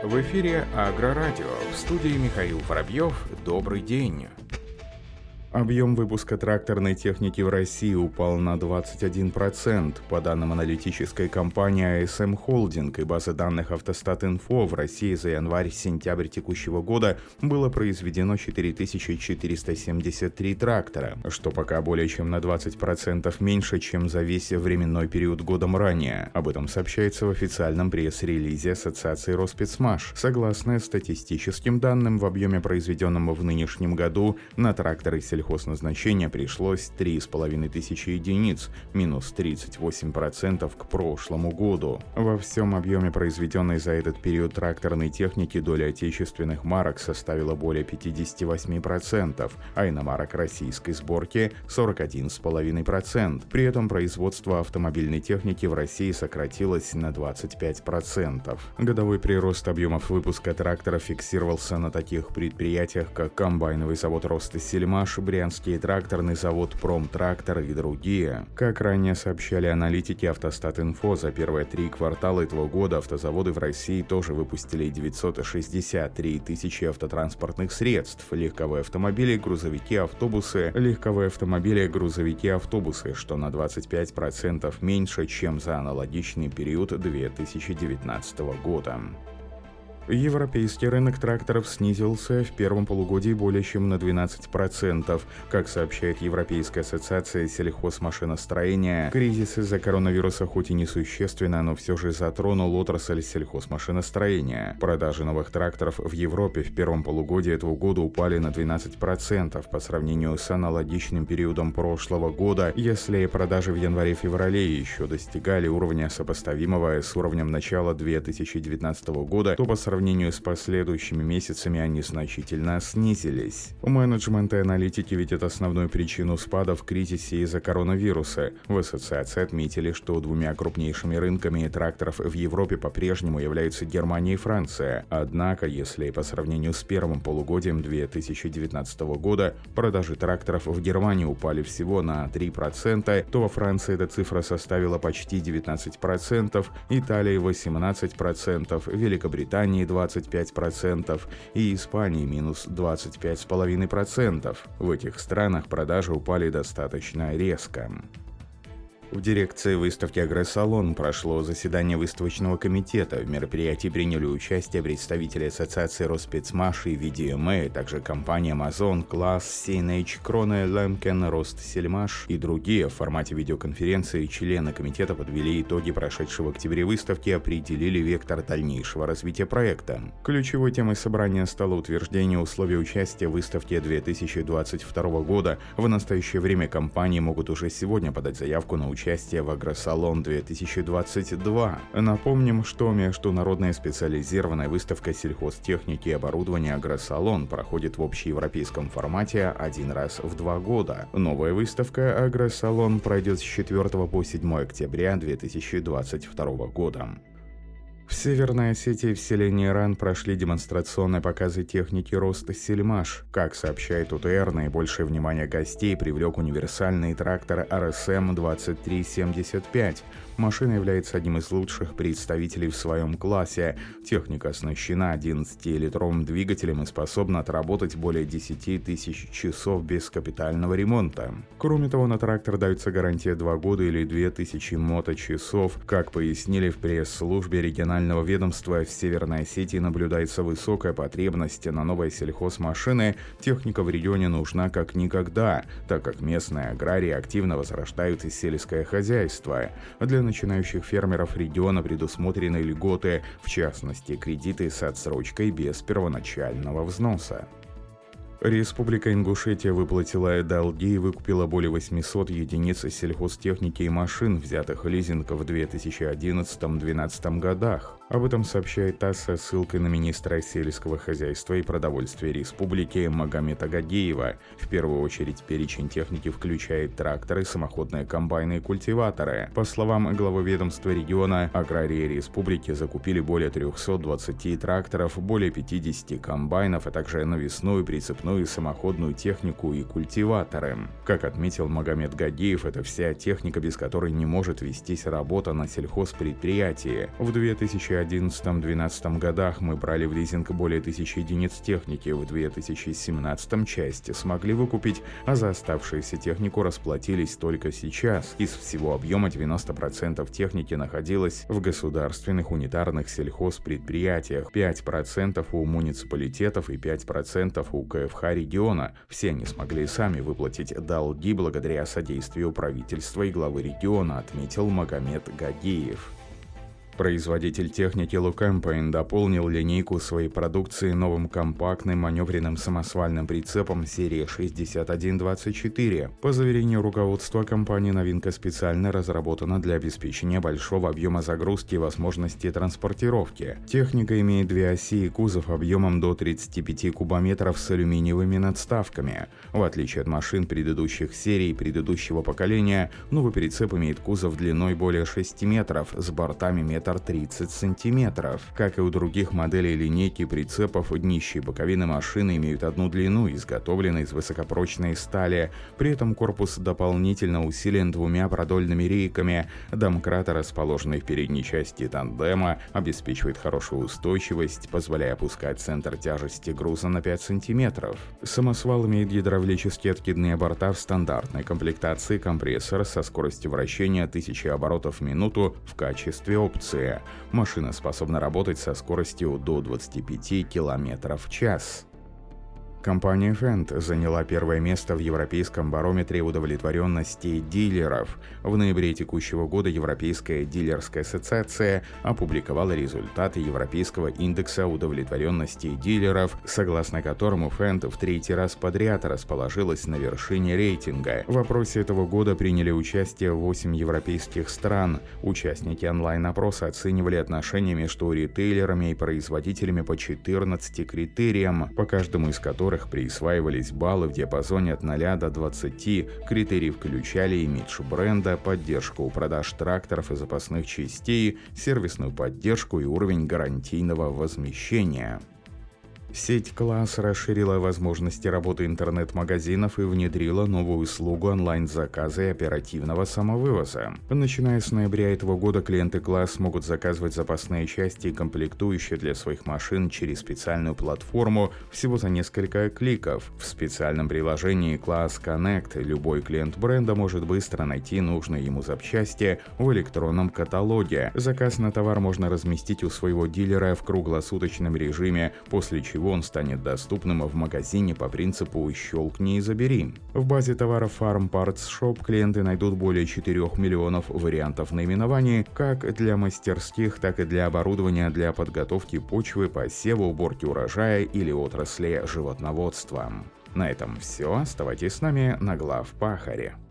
В эфире Агрорадио. В студии Михаил Воробьев. Добрый день. Объем выпуска тракторной техники в России упал на 21%. По данным аналитической компании ASM Holding и базы данных Автостат.Инфо, в России за январь-сентябрь текущего года было произведено 4473 трактора, что пока более чем на 20% меньше, чем за весь временной период годом ранее. Об этом сообщается в официальном пресс-релизе Ассоциации Роспецмаш. Согласно статистическим данным, в объеме, произведенном в нынешнем году, на тракторы сельхозназначения пришлось 3500 единиц, минус 38% к прошлому году. Во всем объеме, произведенной за этот период тракторной техники, доля отечественных марок составила более 58%, а иномарок российской сборки 41,5%. При этом производство автомобильной техники в России сократилось на 25%. Годовой прирост объемов выпуска тракторов фиксировался на таких предприятиях, как комбайновый завод «Ростессельмаш», Брянский тракторный завод «Промтрактор» и другие. Как ранее сообщали аналитики Автостат.Инфо, за первые 3 квартала этого года автозаводы в России тоже выпустили 963 тысячи автотранспортных средств, легковые автомобили, грузовики, автобусы, что на 25% меньше, чем за аналогичный период 2019 года. Европейский рынок тракторов снизился в первом полугодии более чем на 12%. Как сообщает Европейская ассоциация сельхозмашиностроения, кризис из-за коронавируса хоть и несущественно, но все же затронул отрасль сельхозмашиностроения. Продажи новых тракторов в Европе в первом полугодии этого года упали на 12% по сравнению с аналогичным периодом прошлого года, если продажи в январе-феврале еще достигали уровня, сопоставимого с уровнем начала 2019 года, то по сравнению с последующими месяцами они значительно снизились. Менеджмент и аналитики видят основную причину спада в кризисе из-за коронавируса. В ассоциации отметили, что двумя крупнейшими рынками тракторов в Европе по-прежнему являются Германия и Франция. Однако, если по сравнению с первым полугодием 2019 года продажи тракторов в Германии упали всего на 3%, то во Франции эта цифра составила почти 19%, Италии 18%, Великобритании 25% и Испании минус 25,5%. В этих странах продажи упали достаточно резко. В дирекции выставки «Агросалон» прошло заседание выставочного комитета. В мероприятии приняли участие представители Ассоциации Роспецмаш и VDMA, а также компании Amazon, Класс, CNH, Krone, Lemken, Ростессельмаш и другие. В формате видеоконференции члены комитета подвели итоги прошедшей в октябре выставки и определили вектор дальнейшего развития проекта. Ключевой темой собрания стало утверждение условий участия в выставке 2022 года. В настоящее время компании могут уже сегодня подать заявку на участие в Агросалон 2022. Напомним, что международная специализированная выставка сельхозтехники и оборудования Агросалон проходит в общеевропейском формате один раз в 2 года. Новая выставка Агросалон пройдет с 4 по 7 октября 2022 года. В Северной Осетии в селении Иран прошли демонстрационные показы техники Ростессельмаш. Как сообщает УТР, наибольшее внимание гостей привлек универсальный трактор RSM-2375. Машина является одним из лучших представителей в своем классе. Техника оснащена 11-литровым двигателем и способна отработать более 10 тысяч часов без капитального ремонта. Кроме того, на трактор дается гарантия 2 года или 2000 моточасов. Как пояснили в пресс-службе регионального ведомства, в Северной Осетии наблюдается высокая потребность на новые сельхозмашины. Техника в регионе нужна как никогда, так как местные аграрии активно возрождают сельское хозяйство. Для начинающих фермеров региона предусмотрены льготы, в частности, кредиты с отсрочкой без первоначального взноса. Республика Ингушетия выплатила долги и выкупила более 800 единиц сельхозтехники и машин, взятых в лизинг в 2011-2012 годах. Об этом сообщает ТАСС со ссылкой на министра сельского хозяйства и продовольствия республики Магомета Гагеева. В первую очередь перечень техники включает тракторы, самоходные комбайны и культиваторы. По словам главы ведомства региона, аграрии республики закупили более 320 тракторов, более 50 комбайнов, а также навесную, прицепную и самоходную технику и культиваторы. Как отметил Магомед Гагеев, это вся техника, без которой не может вестись работа на сельхозпредприятии. В 2011 2011-2012 годах мы брали в лизинг более 1000 единиц техники, в 2017 часть смогли выкупить, а за оставшуюся технику расплатились только сейчас. Из всего объема 90% техники находилось в государственных унитарных сельхозпредприятиях, 5% у муниципалитетов и 5% у КФХ региона. Все они смогли сами выплатить долги благодаря содействию правительства и главы региона, отметил Магомед Гагеев. Производитель техники Лукэмпейн дополнил линейку своей продукции новым компактным маневренным самосвальным прицепом серии 6124. По заверению руководства компании, новинка специально разработана для обеспечения большого объема загрузки и возможности транспортировки. Техника имеет две оси и кузов объемом до 35 кубометров с алюминиевыми надставками. В отличие от машин предыдущих серий предыдущего поколения, новый прицеп имеет кузов длиной более 6 метров с бортами 1,30 см. Как и у других моделей линейки прицепов, днище и боковины машины имеют одну длину, изготовленной из высокопрочной стали. При этом корпус дополнительно усилен двумя продольными рейками. Домкрат, расположенный в передней части тандема, обеспечивает хорошую устойчивость, позволяя опускать центр тяжести груза на 5 см. Самосвал имеет гидравлические откидные борта в стандартной комплектации, компрессор со скоростью вращения 1000 оборотов в минуту в качестве опции. Машина способна работать со скоростью до 25 км в час. Компания Fendt заняла первое место в Европейском барометре удовлетворенности дилеров. В ноябре текущего года Европейская дилерская ассоциация опубликовала результаты Европейского индекса удовлетворенности дилеров, согласно которому Fendt в третий раз подряд расположилась на вершине рейтинга. В опросе этого года приняли участие 8 европейских стран. Участники онлайн-опроса оценивали отношения между ритейлерами и производителями по 14 критериям, по каждому из которых присваивались баллы в диапазоне от 0 до 20. Критерии включали имидж бренда, поддержку продаж тракторов и запасных частей, сервисную поддержку и уровень гарантийного возмещения. Сеть Класс расширила возможности работы интернет-магазинов и внедрила новую услугу онлайн-заказа и оперативного самовывоза. Начиная с ноября этого года клиенты Класс смогут заказывать запасные части и комплектующие для своих машин через специальную платформу всего за несколько кликов. В специальном приложении Класс Connect любой клиент бренда может быстро найти нужные ему запчасти в электронном каталоге. Заказ на товар можно разместить у своего дилера в круглосуточном режиме, после чего он станет доступным в магазине по принципу «щелкни и забери». В базе товаров Farm Parts Shop клиенты найдут более 4 миллионов вариантов наименований как для мастерских, так и для оборудования для подготовки почвы, посева, уборки урожая или отрасли животноводства. На этом все. Оставайтесь с нами на Главпахаре.